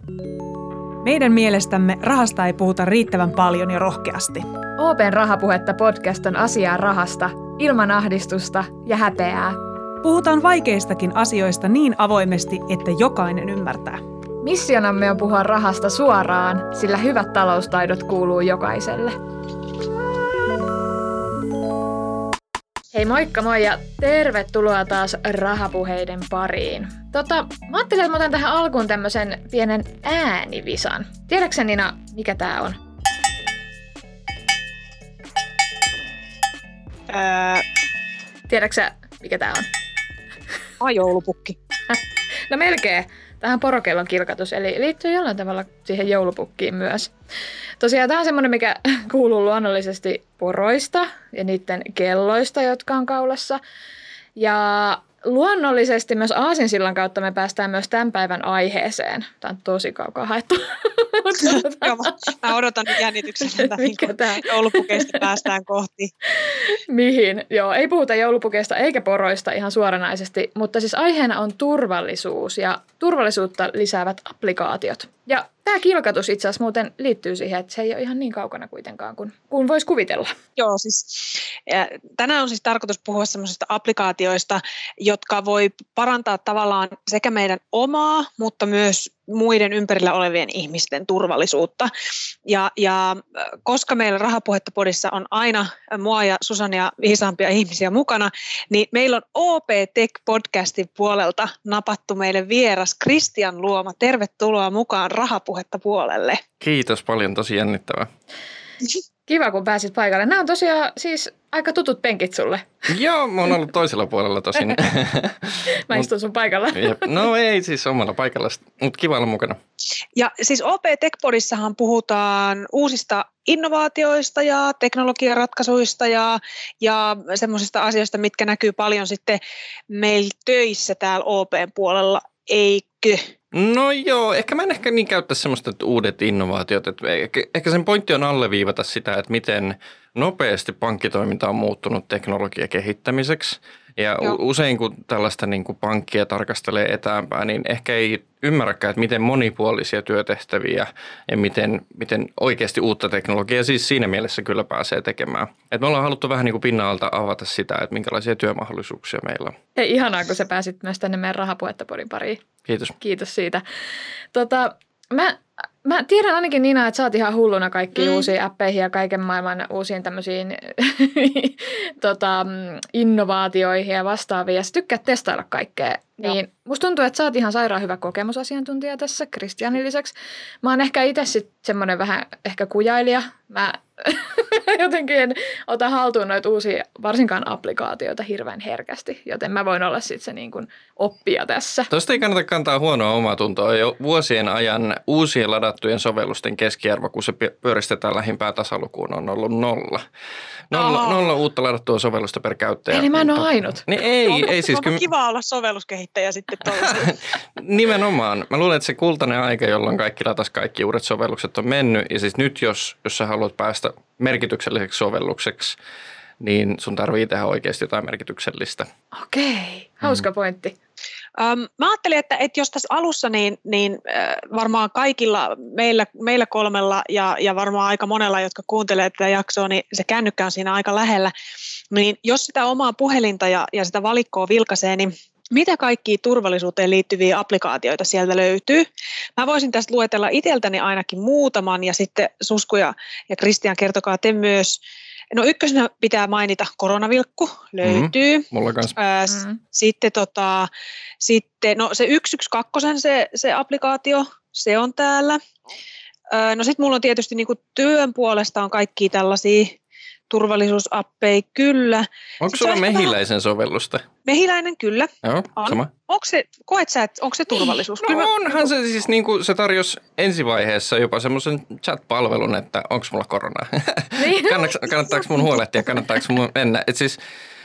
Meidän mielestämme rahasta ei puhuta riittävän paljon ja rohkeasti. OP:n Rahapuhetta podcast on asiaa rahasta, ilman ahdistusta ja häpeää. Puhutaan vaikeistakin asioista niin avoimesti, että jokainen ymmärtää. Missionamme on puhua rahasta suoraan, sillä hyvät taloustaidot kuuluu jokaiselle. Hei moikka moi ja tervetuloa taas Rahapuheiden pariin. Mä ajattelin, että mä otan tähän alkuun tämmösen pienen äänivisan. Tiedätkö Nina, mikä tää on? Tiedätkö sä, mikä tää on? Joulupukki. No melkein. Tähän porokellon kilkatus, eli liittyy jollain tavalla siihen joulupukkiin myös. Tosiaan tämä on semmoinen, mikä kuuluu luonnollisesti poroista ja niiden kelloista, jotka on kaulassa. Ja luonnollisesti myös aasinsillan kautta me päästään myös tämän päivän aiheeseen. Tämä on tosi kaukaa haettu. Joo, mä odotan nyt jännityksellä, että joulupukeista päästään kohti. Mihin? Joo, ei puhuta joulupukeista eikä poroista ihan suoranaisesti, mutta siis aiheena on turvallisuus ja turvallisuutta lisäävät applikaatiot. Ja tämä kilkatus itse asiassa muuten liittyy siihen, että se ei ole ihan niin kaukana kuitenkaan kuin voisi kuvitella. Joo, siis tänään on siis tarkoitus puhua semmoisista applikaatioista, jotka voi parantaa tavallaan sekä meidän omaa, mutta myös muiden ympärillä olevien ihmisten turvallisuutta. Ja koska meillä Rahapuhetta podissa on aina mua ja Susania viisaampia ihmisiä mukana, niin meillä on OP Tech podcastin puolelta napattu meille vieras Kristian Luoma. Tervetuloa mukaan Rahapuhetta puolelle. Kiitos paljon, tosi jännittävää. Kiva, kun pääsit paikalle. Nämä on tosiaan siis aika tutut penkit sulle. Joo, mä oon ollut toisella puolella tosin. Mä istun sun paikalla. No ei siis omalla paikalla, mutta kiva olla mukana. Ja siis OP Tech-podissahan puhutaan uusista innovaatioista ja teknologiaratkaisuista ja semmoisista asioista, mitkä näkyy paljon sitten meillä töissä täällä OPn puolella, eikö? No joo, ehkä mä en niin käyttäisi semmoista uudet innovaatiot. Että ehkä sen pointti on alleviivata sitä, että miten nopeasti pankkitoiminta on muuttunut teknologian kehittämiseksi. Ja usein kun tällaista niin kuin pankkia tarkastelee etäämpää, niin ehkä ei ymmärräkään, että miten monipuolisia työtehtäviä ja miten oikeasti uutta teknologiaa siis siinä mielessä kyllä pääsee tekemään. Et me ollaan haluttu vähän niin kuin pinnalta avata sitä, että minkälaisia työmahdollisuuksia meillä on. Hei, ihanaa, kun sä pääsit myös tänne meidän Rahapuhetta-podin pariin. Kiitos. Kiitos siitä. Mä tiedän ainakin Nina, että sä oot ihan hulluna kaikkiin uusiin appeihin ja kaiken maailman uusiin tämmöisiin innovaatioihin ja vastaaviin. Ja sä tykkäät testailla kaikkea. Niin musta tuntuu, että sä oot ihan sairaan hyvä kokemusasiantuntija tässä Kristianin lisäksi. Mä oon ehkä itse sit semmoinen vähän ehkä kujailija. Mä jotenkin en ota haltuun noita uusia, varsinkaan applikaatioita hirveän herkästi, joten mä voin olla sitten se niin kuin oppija tässä. Tuosta ei kannata kantaa huonoa omatuntoa. Jo vuosien ajan uusien ladattujen sovellusten keskiarvo, kun se pyöristetään lähimpään tasalukuun, on ollut 0. Nolla uutta ladattua sovellusta per käyttäjä. Eli mä en ole ainut. Niin ei siis. Onko kiva olla sovelluskehittäjä sitten toisella? Nimenomaan. Mä luulen, että se kultainen aika, jolloin kaikki kaikki uudet sovellukset on mennyt. Ja siis nyt, jos sä haluat päästä merkitykselliseksi sovellukseksi, niin sun tarvii tehdä oikeasti jotain merkityksellistä. Okei, hauska pointti. Mä ajattelin, että jos tässä alussa, niin varmaan kaikilla meillä kolmella ja varmaan aika monella, jotka kuuntelee tätä jaksoa, niin se kännykkä on siinä aika lähellä. Niin jos sitä omaa puhelinta ja sitä valikkoa vilkaisee, niin mitä kaikkia turvallisuuteen liittyviä applikaatioita sieltä löytyy? Mä voisin tästä luetella itseltäni ainakin muutaman ja sitten Susku ja Kristian, kertokaa te myös. No ykkösenä pitää mainita koronavilkku, löytyy. Mulla kanssa. Sitten no se 112 se applikaatio, se on täällä. No sitten mulla on tietysti niinku työn puolesta on kaikkia tällaisia turvallisuusappeja, kyllä. Onko sulla Mehiläisen sovellusta? Mehiläinen, kyllä. Joo, sama. Koet sä, että onko se turvallisuus? No onhan se siis niin kuin se tarjosi ensivaiheessa jopa semmoisen chat-palvelun, että onko mulla koronaa. Niin. Kannattaako mun huolehtia, kannattaako mun mennä. Et siis,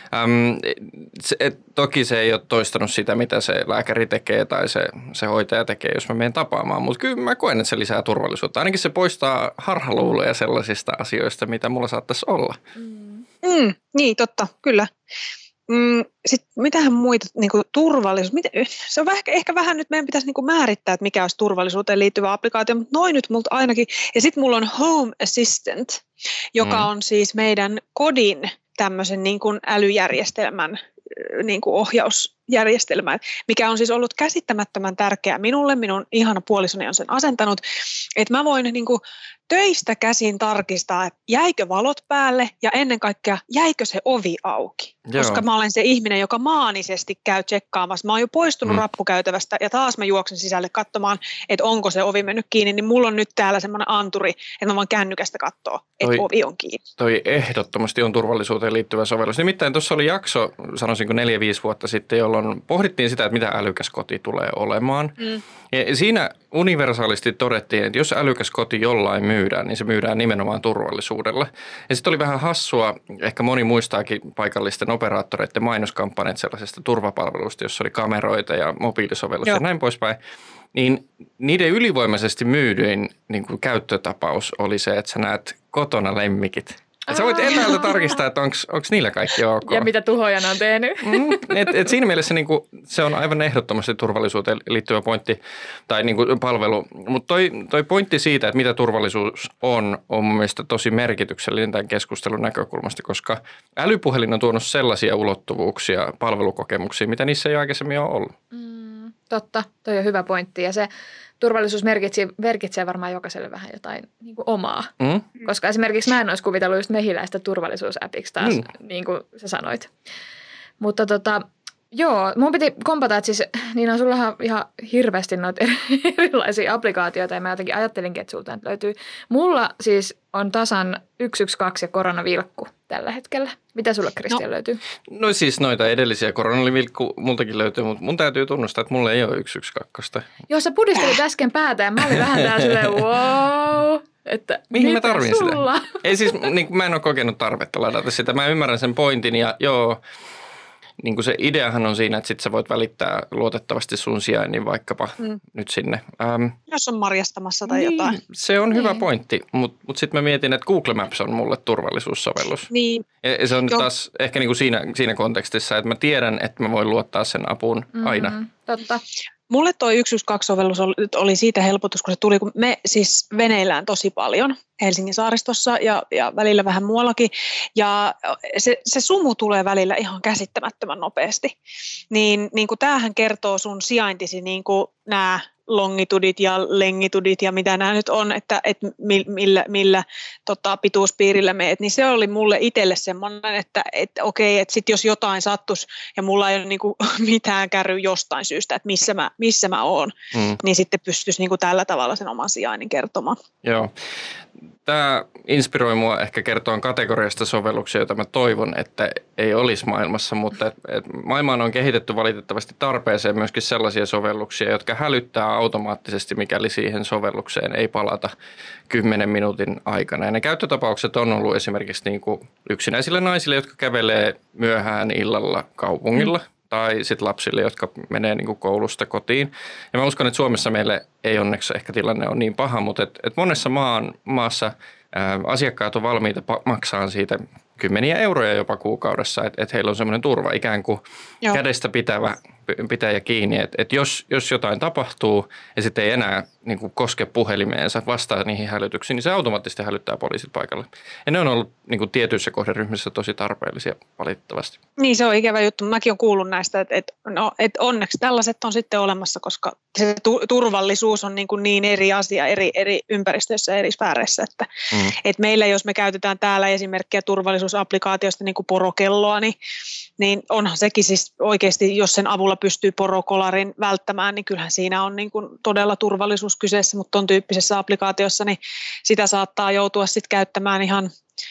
toki se ei ole toistanut sitä, mitä se lääkäri tekee tai se hoitaja tekee, jos mä menen tapaamaan. Mutta kyllä mä koen, että se lisää turvallisuutta. Ainakin se poistaa harhaluuloja sellaisista asioista, mitä mulla saattaisi olla. Niin, totta, kyllä. Sitten mitähän muita, niin kuin turvallisuus, se on ehkä vähän nyt meidän pitäisi niin kuin määrittää, että mikä olisi turvallisuuteen liittyvä applikaatio, mutta noin nyt multa ainakin. Ja sitten mulla on Home Assistant, joka on siis meidän kodin tämmöisen niin kuin älyjärjestelmän niin kuin ohjausjärjestelmä, mikä on siis ollut käsittämättömän tärkeä minulle. Minun ihana puolisoni on sen asentanut, että mä voin niin kuin töistä käsin tarkistaa, että jäikö valot päälle ja ennen kaikkea jäikö se ovi auki. Joo. Koska mä olen se ihminen, joka maanisesti käy tsekkaamassa. Mä oon jo poistunut rappukäytävästä ja taas mä juoksen sisälle katsomaan, että onko se ovi mennyt kiinni. Niin mulla on nyt täällä semmoinen anturi, että mä voin kännykästä katsoa, että ovi on kiinni. Toi ehdottomasti on turvallisuuteen liittyvä sovellus. Nimittäin tuossa oli jakso, sanoisinko 4-5 vuotta sitten, jolloin pohdittiin sitä, että mitä älykäs koti tulee olemaan. Ja siinä universaalisti todettiin, että jos älykäs koti jollain myydään, niin se myydään nimenomaan turvallisuudella. Ja sitten oli vähän hassua, ehkä moni muistaakin paikallisten operaattoreiden mainoskampanjat sellaisesta turvapalvelusta, jossa oli kameroita ja mobiilisovellus ja näin poispäin. Niin niiden ylivoimaisesti myydyin niin kuin käyttötapaus oli se, että sä näet kotona lemmikit. Et sä voit etäältä tarkistaa, että onko niillä kaikki ok. Ja mitä tuhoja ne on tehnyt. Et siinä mielessä niinku, se on aivan ehdottomasti turvallisuuteen liittyvä pointti tai niinku palvelu. Mutta toi pointti siitä, että mitä turvallisuus on mun mielestä tosi merkityksellinen tämän keskustelun näkökulmasta, koska älypuhelin on tuonut sellaisia ulottuvuuksia, palvelukokemuksia, mitä niissä ei aikaisemmin ole ollut. Totta, toi on hyvä pointti ja se turvallisuus merkitsee varmaan jokaiselle vähän jotain niin kuin omaa, koska esimerkiksi mä en olisi kuvitellut just mehiläistä turvallisuusäpiksi taas, niin kuin sä sanoit. Mutta joo, mun piti kompata, että siis Niina, sullahan ihan hirveästi noita erilaisia applikaatioita ja mä jotenkin ajattelinkin, että sulta löytyy. Mulla siis on tasan 112 ja koronavilkku tällä hetkellä. Mitä sulle, Kristian, löytyy? No siis noita edellisiä koronavilkku multakin löytyy, mutta mun täytyy tunnustaa, että mulla ei ole 112. Joo, sä pudistelit äsken päätä ja mä olin vähän täällä silleen wow. Että mihin mä tarvin sulla? Sitä? Ei siis, niin, mä en ole kokenut tarvetta ladata sitä. Mä ymmärrän sen pointin ja joo, niin kuin se ideahan on siinä, että sit sä voit välittää luotettavasti sun sijainnin vaikkapa nyt sinne. Jos on marjastamassa tai jotain. Se on hyvä pointti, mutta sitten mä mietin, että Google Maps on mulle turvallisuussovellus. Niin. Ja se on taas ehkä niin kuin siinä kontekstissa, että mä tiedän, että mä voin luottaa sen apuun aina. Totta. Mulle toi 112-sovellus oli siitä helpotus, kun se tuli, kun me siis veneillään tosi paljon Helsingin saaristossa ja välillä vähän muuallakin. Ja se sumu tulee välillä ihan käsittämättömän nopeasti. Niin kuin tämähän kertoo sun sijaintisi niin kuin nämä longitudit ja lengitudit ja mitä nämä nyt on, että millä pituuspiirillä meet, niin se oli mulle itselle semmoinen, että okei, että sit jos jotain sattuisi ja mulla ei ole niinku mitään kärry jostain syystä, että missä mä oon, niin sitten pystyisi niinku tällä tavalla sen oman sijainnin kertomaan. Joo. Tämä inspiroi mua ehkä kertoa kategoriasta sovelluksia, joita mä toivon, että ei olisi maailmassa, mutta maailmaan on kehitetty valitettavasti tarpeeseen myöskin sellaisia sovelluksia, jotka hälyttää automaattisesti, mikäli siihen sovellukseen ei palata 10 minuutin aikana. Ja ne käyttötapaukset on ollut esimerkiksi niin kuin yksinäisille naisille, jotka kävelee myöhään illalla kaupungilla. Tai sitten lapsille, jotka menee niin kuin koulusta kotiin. Ja mä uskon, että Suomessa meille ei onneksi ehkä tilanne on niin paha, mutta et monessa maassa asiakkaat on valmiita maksaa siitä kymmeniä euroja jopa kuukaudessa, että heillä on semmoinen turva ikään kuin kädestä pitäjä kiinni, että jos jotain tapahtuu ja sitten ei enää niin kuin koske puhelimeensa vastaa niihin hälytyksiin, niin se automaattisesti hälyttää poliisit paikalle. Ja ne on ollut niin kuin tietyissä kohderyhmissä tosi tarpeellisia valitettavasti. Niin, se on ikävä juttu. Mäkin olen kuullut näistä, että onneksi tällaiset on sitten olemassa, koska se turvallisuus on niin eri asia eri ympäristöissä ja eri sfääreissä. Että meillä, jos me käytetään täällä esimerkkiä turvallisuusapplikaatiosta niin kuin porokelloa, niin onhan sekin siis oikeasti, jos sen avulla pystyy porokolarin välttämään, niin kyllähän siinä on niin kuin todella turvallisuus kyseessä, mutta ton tyyppisessä applikaatiossa niin sitä saattaa joutua sitten käyttämään ihan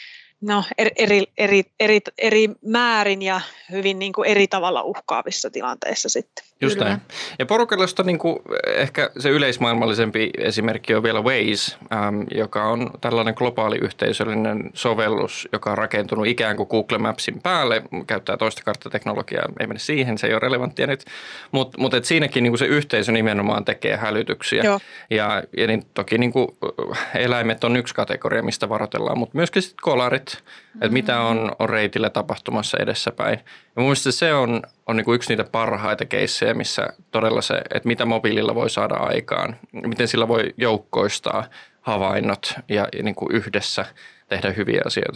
eri määrin ja hyvin niin kuin eri tavalla uhkaavissa tilanteissa sitten. Just näin. Ja porokellosta niin kuin ehkä se yleismaailmallisempi esimerkki on vielä Waze, joka on tällainen globaali yhteisöllinen sovellus, joka on rakentunut ikään kuin Google Mapsin päälle, käyttää toista karttateknologiaa, ei mene siihen, se ei ole relevanttia nyt, mutta siinäkin niin kuin se yhteisö nimenomaan tekee hälytyksiä. Ja niin toki niin kuin eläimet on yksi kategoria, mistä varoitellaan, mutta myöskin sit kolarit että mitä on reitillä tapahtumassa edessäpäin. Ja mun mielestä se on niin kuin yksi niitä parhaita keissejä, missä todella se, että mitä mobiililla voi saada aikaan, miten sillä voi joukkoistaa havainnot ja niin kuin yhdessä tehdä hyviä asioita.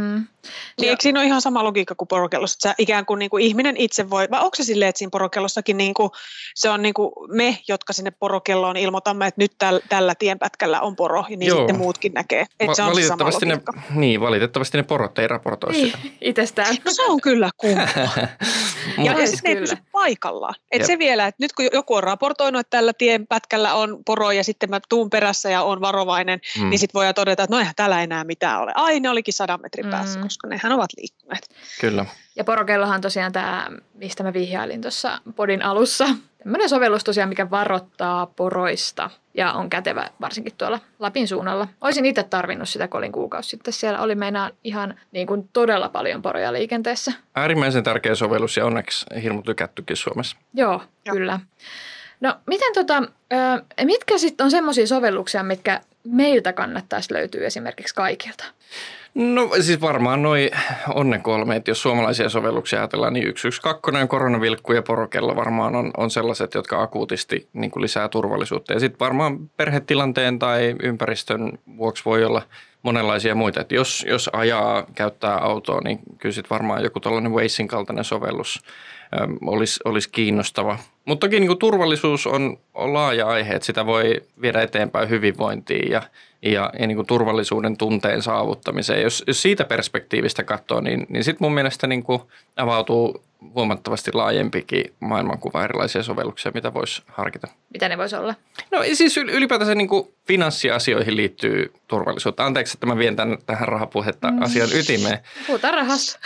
Niin eikö siinä ole ihan sama logiikka kuin porokellossa, että sä ikään kuin, ihminen itse voi, vai onko se silleen, että siinä porokellossakin se on me, jotka sinne porokelloon ilmoitamme, että nyt tällä tienpätkällä on poro, ja niin sitten muutkin näkee, että se on se sama logiikka. Valitettavasti ne porot ei raportoi sitä. Itsestään. No se on kyllä kumma. ja sitten ne ei pysy paikallaan. Että se vielä, että nyt kun joku on raportoinut, että tällä tienpätkällä on poro, ja sitten mä tuun perässä ja on varovainen, niin sitten voidaan todeta, että no eihän täällä enää mitään ole. Ai, ne olikin 100 metrin päässä, koska nehän ovat liikkuneet. Kyllä. Ja porokellohan tosiaan tämä, mistä mä vihjailin tuossa podin alussa. Tämmöinen sovellus tosiaan, mikä varoittaa poroista ja on kätevä varsinkin tuolla Lapin suunnalla. Olisin itse tarvinnut sitä, kun olin kuukausi sitten. Siellä oli meinaan ihan niin kuin todella paljon poroja liikenteessä. Äärimmäisen tärkeä sovellus ja onneksi hirmu tykättykin Suomessa. Joo, kyllä. No miten mitkä sitten on semmoisia sovelluksia, mitkä meiltä kannattaisi löytyä esimerkiksi kaikilta? No siis varmaan noi onnen 3, että jos suomalaisia sovelluksia ajatellaan, niin 112 koronavilkku ja porokello varmaan on sellaiset, jotka akuutisti niin kuin lisää turvallisuutta. Ja sitten varmaan perhetilanteen tai ympäristön vuoksi voi olla monenlaisia muita. Että jos ajaa, käyttää autoa, niin kyllä sitten varmaan joku tällainen Wazein kaltainen sovellus olisi kiinnostava. Mutta toki niin kuin turvallisuus on laaja aihe, että sitä voi viedä eteenpäin hyvinvointiin ja niin kuin turvallisuuden tunteen saavuttamiseen. Jos siitä perspektiivistä katsoo, niin sitten mun mielestä niin kuin avautuu huomattavasti laajempikin maailmankuva erilaisia sovelluksia, mitä voisi harkita. Mitä ne voisi olla? No siis ylipäätänsä niin kuin finanssiasioihin liittyy turvallisuutta. Anteeksi, että mä vien tähän rahapuhetta asian ytimeen. Puhutaan rahasta.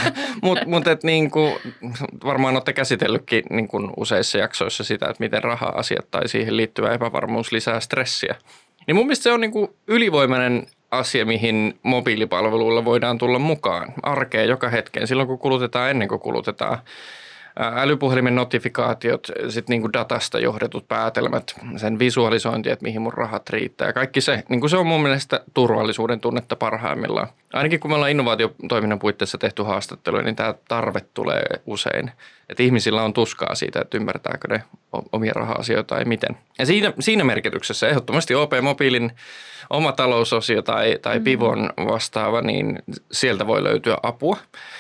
Mutta niin kuin varmaan olette käsitellytkin niin kuin useissa jaksoissa sitä, että miten raha-asiat tai siihen liittyvä epävarmuus lisää stressiä. Niin mun mielestä se on niin kuin ylivoimainen asia, mihin mobiilipalveluilla voidaan tulla mukaan arkeen joka hetken. Silloin kun kulutetaan, ennen kuin kulutetaan. Älypuhelimen notifikaatiot, sitten niin kuin datasta johdetut päätelmät, sen visualisointi, että mihin mun rahat riittää. Ja kaikki se, niin kuin se on mun mielestä turvallisuuden tunnetta parhaimmillaan. Ainakin kun me ollaan innovaatiotoiminnan puitteissa tehty haastatteluja, niin tämä tarve tulee usein. Että ihmisillä on tuskaa siitä, että ymmärtääkö ne omia raha-asioita ja miten. Ja siinä merkityksessä ehdottomasti OP-mobiilin oma talousosio tai Pivon vastaava, niin sieltä voi löytyä apua.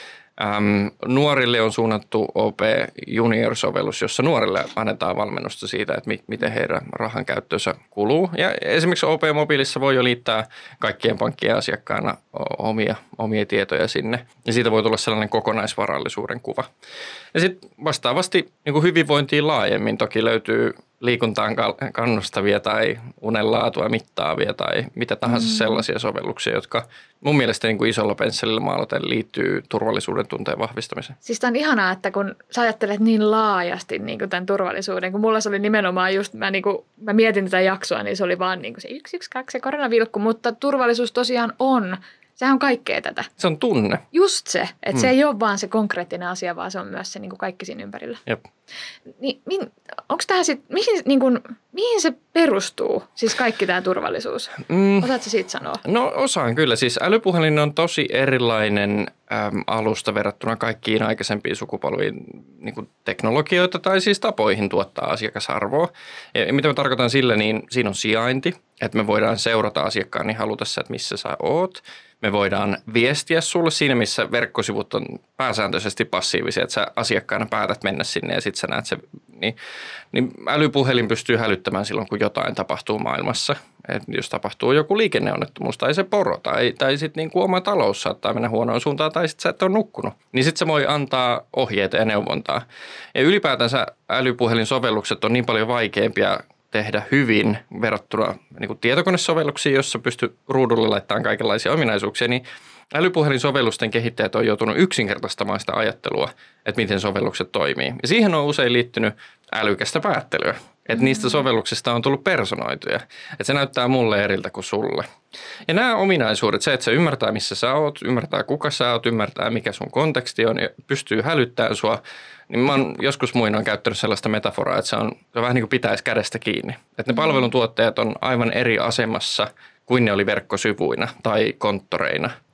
Nuorille on suunnattu OP Junior-sovellus, jossa nuorille annetaan valmennusta siitä, että miten heidän rahan käyttöönsä kuluu. Ja esimerkiksi OP-mobiilissa voi jo liittää kaikkien pankkien asiakkaana omia tietoja sinne. Ja siitä voi tulla sellainen kokonaisvarallisuuden kuva. Ja sitten vastaavasti niin kuin hyvinvointiin laajemmin toki löytyy liikuntaan kannustavia tai unenlaatua mittaavia tai mitä tahansa sellaisia sovelluksia, jotka mun mielestä niin kuin isolla pensselillä maalaten liittyy turvallisuuden tunteen vahvistamiseen. Siis tämä on ihanaa, että kun sä ajattelet niin laajasti niin kuin tämän turvallisuuden, kun mulla se oli nimenomaan just, mä mietin tätä jaksoa, niin se oli vaan niin kuin se 112 ja koronavilkku, mutta turvallisuus tosiaan on. Sehän on kaikkea tätä. Se on tunne. Just se, että se ei ole vaan se konkreettinen asia, vaan se on myös se niin kuin kaikki siinä ympärillä. Jep. Niin, onko tämä sitten, mihin se perustuu, siis kaikki tämä turvallisuus? Osaatko siitä sanoa? No osaan kyllä. Siis älypuhelin on tosi erilainen alusta verrattuna kaikkiin aikaisempiin sukupolviin niin kuin teknologioita tai siis tapoihin tuottaa asiakasarvoa. Ja mitä mä tarkoitan sillä, niin siinä on sijainti, että me voidaan seurata asiakkaan niin halutessa, että missä sä oot. Me voidaan viestiä sulle siinä, missä verkkosivut on pääsääntöisesti passiivisia, että sä asiakkaana päätät mennä sinne ja sitten sä näet se. Niin älypuhelin pystyy hälyttämään silloin, kun jotain tapahtuu maailmassa. Et jos tapahtuu joku liikenneonnettomuus tai se poro tai sitten niinku oma talous saattaa mennä huonoon suuntaan tai sitten sä et ole nukkunut, niin sitten se voi antaa ohjeita ja neuvontaa. Ja ylipäätänsä älypuhelinsovellukset on niin paljon vaikeampia tehdä hyvin verrattuna niin kuin tietokonesovelluksiin, jossa pystyy ruudulle laittamaan kaikenlaisia ominaisuuksia, niin älypuhelinsovellusten kehittäjät on joutunut yksinkertaistamaan sitä ajattelua, että miten sovellukset toimii. Ja siihen on usein liittynyt älykästä päättelyä, että niistä sovelluksista on tullut personoituja, että se näyttää mulle eriltä kuin sulle. Ja nämä ominaisuudet, se, että se ymmärtää, missä sä oot, ymmärtää, kuka sä oot, ymmärtää, mikä sun konteksti on ja pystyy hälyttämään sua, niin mä oon joskus muinoin käyttänyt sellaista metaforaa, että se on vähän niin kuin pitäisi kädestä kiinni. Että ne palveluntuottajat on aivan eri asemassa kuin ne oli verkkosivuina tai konttoreina.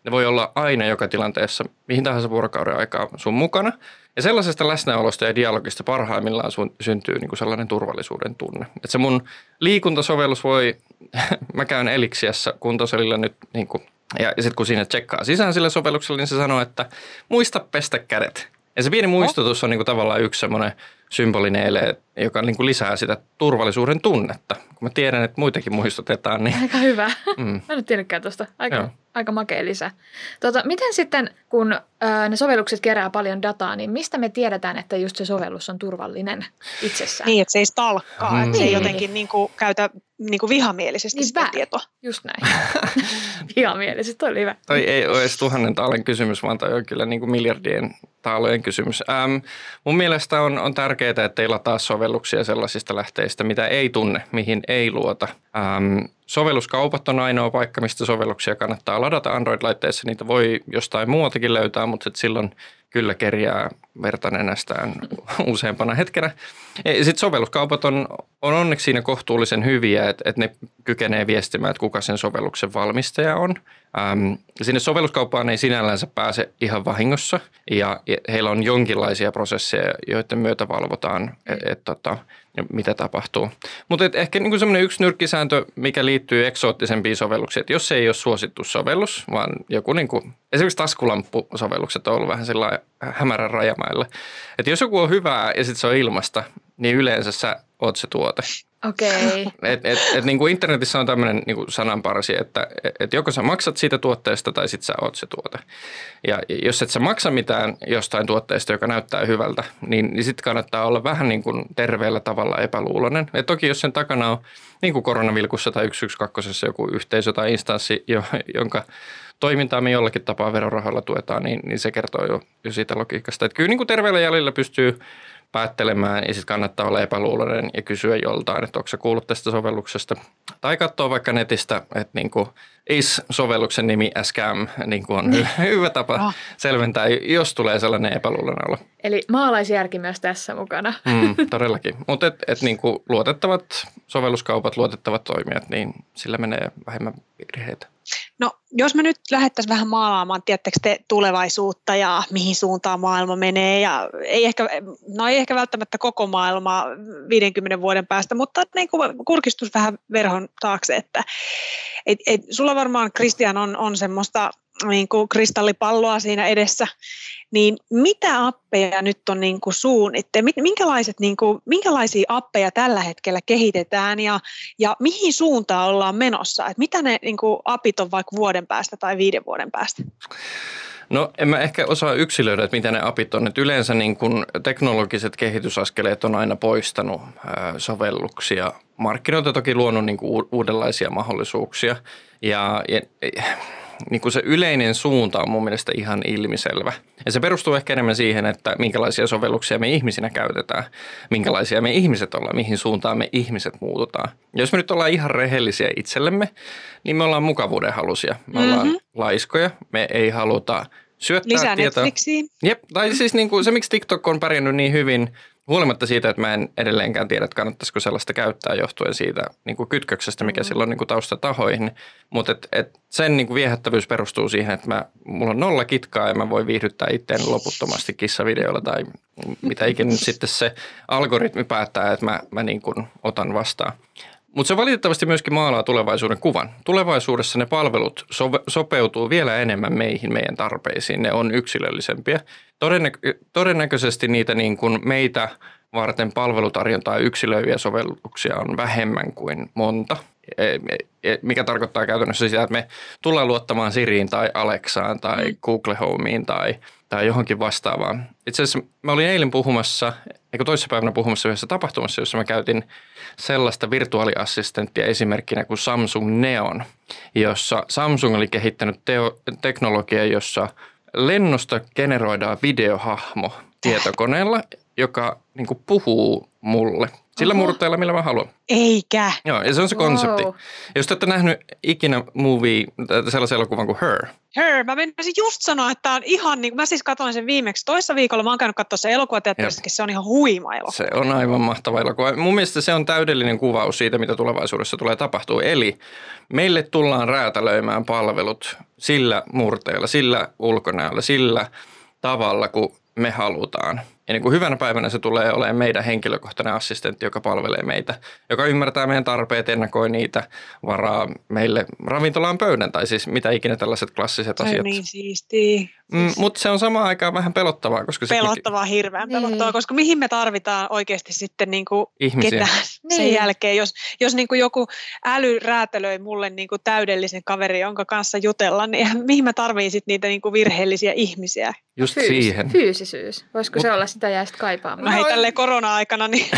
Ne voi olla aina joka tilanteessa, mihin tahansa vuorokauden aikaa sun mukana. Ja sellaisesta läsnäolosta ja dialogista parhaimmillaan syntyy niin kuin sellainen turvallisuuden tunne. Että se mun liikuntasovellus voi, mä käyn Elixiassa kuntosalilla nyt, niin kuin, ja sitten kun siinä tsekkaa sisään sillä sovelluksella, niin se sanoo, että muista pestä kädet. Ja se pieni muistutus on niin kuin tavallaan yksi semmoinen symbolinen ele, joka niin kuin lisää sitä turvallisuuden tunnetta. Kun mä tiedän, että muitakin muistutetaan, niin... Aika hyvä. Mä en ole tiennytkään tuosta. Aika makea lisä. Miten sitten, kun ne sovellukset kerää paljon dataa, niin mistä me tiedetään, että just se sovellus on turvallinen itsessään? Niin, että se ei stalkkaa, että se ei jotenkin käytä vihamielisesti sitä tietoa. Just näin. Vihamielisesti, toi oli hyvä. Toi ei ole edes 1000 taalan kysymys, vaan toi on kyllä niin kuin miljardien taalojen kysymys. Mun mielestä on tärkeää, että ei lataa sovelluksia sellaisista lähteistä, mitä ei tunne, mihin ei luota. Sovelluskaupat on ainoa paikka, mistä sovelluksia kannattaa ladata Android-laitteissa. Niitä voi jostain muualtakin löytää, mutta silloin kyllä kerjää verta nenästään useampana hetkenä. Sitten sovelluskaupat on onneksi siinä kohtuullisen hyviä, että ne kykenee viestimään, että kuka sen sovelluksen valmistaja on. Sinne sovelluskauppaan ei sinällänsä pääse ihan vahingossa ja heillä on jonkinlaisia prosesseja, joiden myötä valvotaan, mitä tapahtuu. Mutta ehkä niin semmoinen yksi nyrkkisääntö, mikä liittyy eksoottisempiin sovelluksiin, että jos se ei ole suosittu sovellus, vaan joku niin kuin, esimerkiksi taskulamppusovellukset on ollut vähän sellainen hämärän rajamailla. Että jos joku on hyvää ja sitten se on ilmasta, niin yleensä sä oot se tuote. Okei. Niin kuin internetissä on tämmöinen niin kuin sananparsi, että joko sä maksat siitä tuotteesta tai sit sä oot se tuote. Ja jos et sä maksa mitään jostain tuotteesta, joka näyttää hyvältä, niin sitten kannattaa olla vähän niin kuin terveellä tavalla epäluuloinen. Et toki jos sen takana on niin kuin koronavilkussa tai 112 joku yhteisö tai instanssi, jonka toimintaa me jollakin tapaa verorahoilla tuetaan, niin se kertoo jo siitä logiikasta. Että kyllä niin kuin terveellä jäljellä pystyy päättelemään ja sitten kannattaa olla epäluuloinen ja kysyä joltain, että onko sä kuullut tästä sovelluksesta. Tai katsoa vaikka netistä, että niin kuin is-sovelluksen nimi scam niin kuin on hyvä tapa selventää, jos tulee sellainen epäluuloinen olo. Eli maalaisjärki myös tässä mukana. Todellakin. Mutta niin kuin luotettavat sovelluskaupat, luotettavat toimijat, niin sillä menee vähemmän virheitä. No, jos me nyt lähdettäisiin vähän maalaamaan, tiedättekö te tulevaisuutta ja mihin suuntaan maailma menee ja ei ehkä välttämättä koko maailmaa 50 vuoden päästä, mutta niin kuin kurkistus vähän verhon taakse, että sulla varmaan, Kristian, on semmoista niin kuin kristallipalloa siinä edessä, niin mitä appeja nyt on niin kuin suunnitteilla? Minkälaisia appeja tällä hetkellä kehitetään ja mihin suuntaan ollaan menossa? Et mitä ne niin kuin apit on vaikka vuoden päästä tai 5 vuoden päästä? No en mä ehkä osaa yksilöidä, että mitä ne apit on. Et yleensä niin kun teknologiset kehitysaskeleet on aina poistanut sovelluksia. Markkinoilta toki luonut niin kuin uudenlaisia mahdollisuuksia ja niin kuin se yleinen suunta on mun mielestä ihan ilmiselvä. Ja se perustuu ehkä enemmän siihen, että minkälaisia sovelluksia me ihmisinä käytetään, minkälaisia me ihmiset ollaan, mihin suuntaan me ihmiset muututaan. Ja jos me nyt ollaan ihan rehellisiä itsellemme, niin me ollaan mukavuuden halusia. Me ollaan laiskoja, me ei haluta syöttää lisää tietoa. Netflixiin. Jep, tai siis niin kuin se, miksi TikTok on pärjännyt niin hyvin, huolimatta siitä, että mä en edelleenkään tiedä, että kannattaisiko sellaista käyttää johtuen siitä niin kuin kytköksestä, mikä silloin niin kuin taustatahoihin. Mutta sen niin kuin viehättävyys perustuu siihen, että mulla on 0 kitkaa ja mä voin viihdyttää itseäni loputtomasti kissavideoilla tai mitä ikinä nyt sitten se algoritmi päättää, että mä niin kuin otan vastaan. Mutta se valitettavasti myöskin maalaa tulevaisuuden kuvan. Tulevaisuudessa ne palvelut sopeutuu vielä enemmän meihin, meidän tarpeisiin. Ne on yksilöllisempiä. Todennäköisesti niitä niin kuin meitä varten palvelutarjontaa yksilöiviä sovelluksia on vähemmän kuin monta. Mikä tarkoittaa käytännössä sitä, että me tullaan luottamaan Siriin tai Alexaan tai Google Homeen tai johonkin vastaavaan. Itse asiassa mä olin eilen toissapäivänä puhumassa yhdessä tapahtumassa, jossa mä käytin sellaista virtuaaliassistenttia esimerkkinä kuin Samsung Neon, jossa Samsung oli kehittänyt teknologiaa, jossa lennosta generoidaan videohahmo tietokoneella joka niin kuin puhuu mulle sillä murteella, millä mä haluan. Eikä. Joo, ja se on se konsepti. Wow. Jos te olette nähnyt ikinä sellaisen elokuvan kuin Her. Mä menisin just sanoa, että tää on ihan niin kuin, mä siis katsoin sen viimeksi toissa viikolla, mä oon käynyt katsoa sen elokuvateatterissakin, se on ihan huima elokuva. Se on aivan mahtava elokuva. Mun mielestä se on täydellinen kuvaus siitä, mitä tulevaisuudessa tulee tapahtua. Eli meille tullaan räätälöimään palvelut sillä murteella, sillä ulkonäöllä, sillä tavalla, kun me halutaan. Ja niin kuin hyvänä päivänä se tulee olemaan meidän henkilökohtainen assistentti, joka palvelee meitä, joka ymmärtää meidän tarpeet, ennakoi niitä, varaa meille ravintolaan pöydän tai siis mitä ikinä tällaiset klassiset asiat. Se on niin siistiä. Mutta se on samaan aikaan vähän pelottavaa. Koska pelottavaa, hirveän pelottavaa, koska mihin me tarvitaan oikeasti sitten niin kuin ketään sen jälkeen. Jos niin kuin joku äly räätälöi mulle niin kuin täydellisen kaverin, jonka kanssa jutella, niin mihin mä tarviin sitten niitä niin kuin virheellisiä ihmisiä? Just siihen. Fyysisyys. Voisiko se olla sitä jää sitten kaipaamaan? No hei, tälleen korona-aikana, niin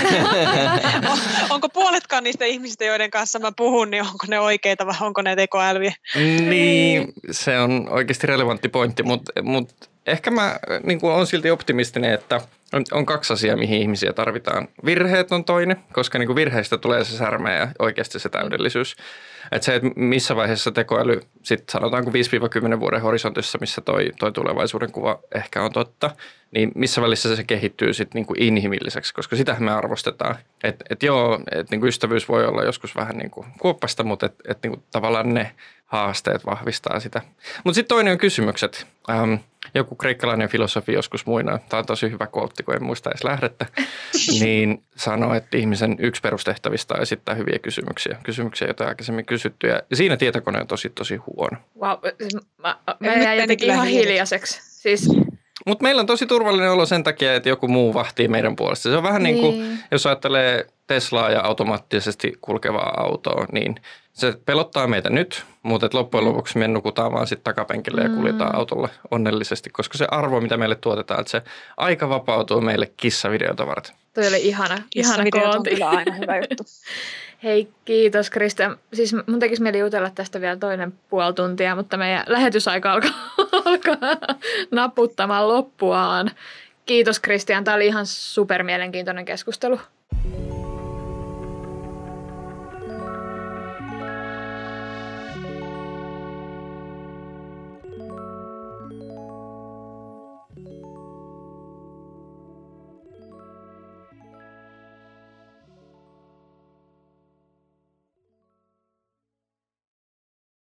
onko puoletkaan niistä ihmisistä, joiden kanssa mä puhun, niin onko ne oikeita vai onko ne tekoälyjä? Niin, se on oikeasti relevantti pointti, mutta ehkä mä niin kuin olen silti optimistinen, että on kaksi asiaa, mihin ihmisiä tarvitaan. Virheet on toinen, koska niin kuin virheistä tulee se särmä ja oikeasti se täydellisyys. Että se, että missä vaiheessa tekoäly, sitten sanotaanko 5-10 vuoden horisontissa, missä toi tulevaisuuden kuva ehkä on totta, niin missä välissä se kehittyy sitten niin kuin inhimilliseksi, koska sitähän me arvostetaan. Että joo, että niin kuin ystävyys voi olla joskus vähän niin kuin kuoppasta, mutta että niin kuin tavallaan ne haasteet vahvistaa sitä. Mutta sitten toinen on kysymykset. Joku kreikkalainen filosofi joskus muina, tämä on tosi hyvä quote, kun en muista edes lähdettä, niin sanoi, että ihmisen yksi perustehtävistä on esittää hyviä kysymyksiä, joita on aikaisemmin kysytty. Ja siinä tietokone on tosi huono. Wow, mä jäin jotenkin ihan hiljaiseksi. Siis mutta meillä on tosi turvallinen olo sen takia, että joku muu vahtii meidän puolesta. Se on vähän niin kuin, jos ajattelee Teslaa ja automaattisesti kulkevaa autoa, niin se pelottaa meitä nyt, mutta loppujen lopuksi me nukutaan vaan sitten takapenkille ja kuljetaan autolla onnellisesti, koska se arvo, mitä meille tuotetaan, että se aika vapautuu meille kissavideota varten. Toi oli ihana Kissavideot on kooti. kyllä aina hyvä juttu. Hei, kiitos Krista. Siis mun tekisi mieli jutella tästä vielä toinen puoli tuntia, mutta meidän lähetysaika alkaa naputtamaan loppuaan. Kiitos Kristian, tämä oli ihan super mielenkiintoinen keskustelu.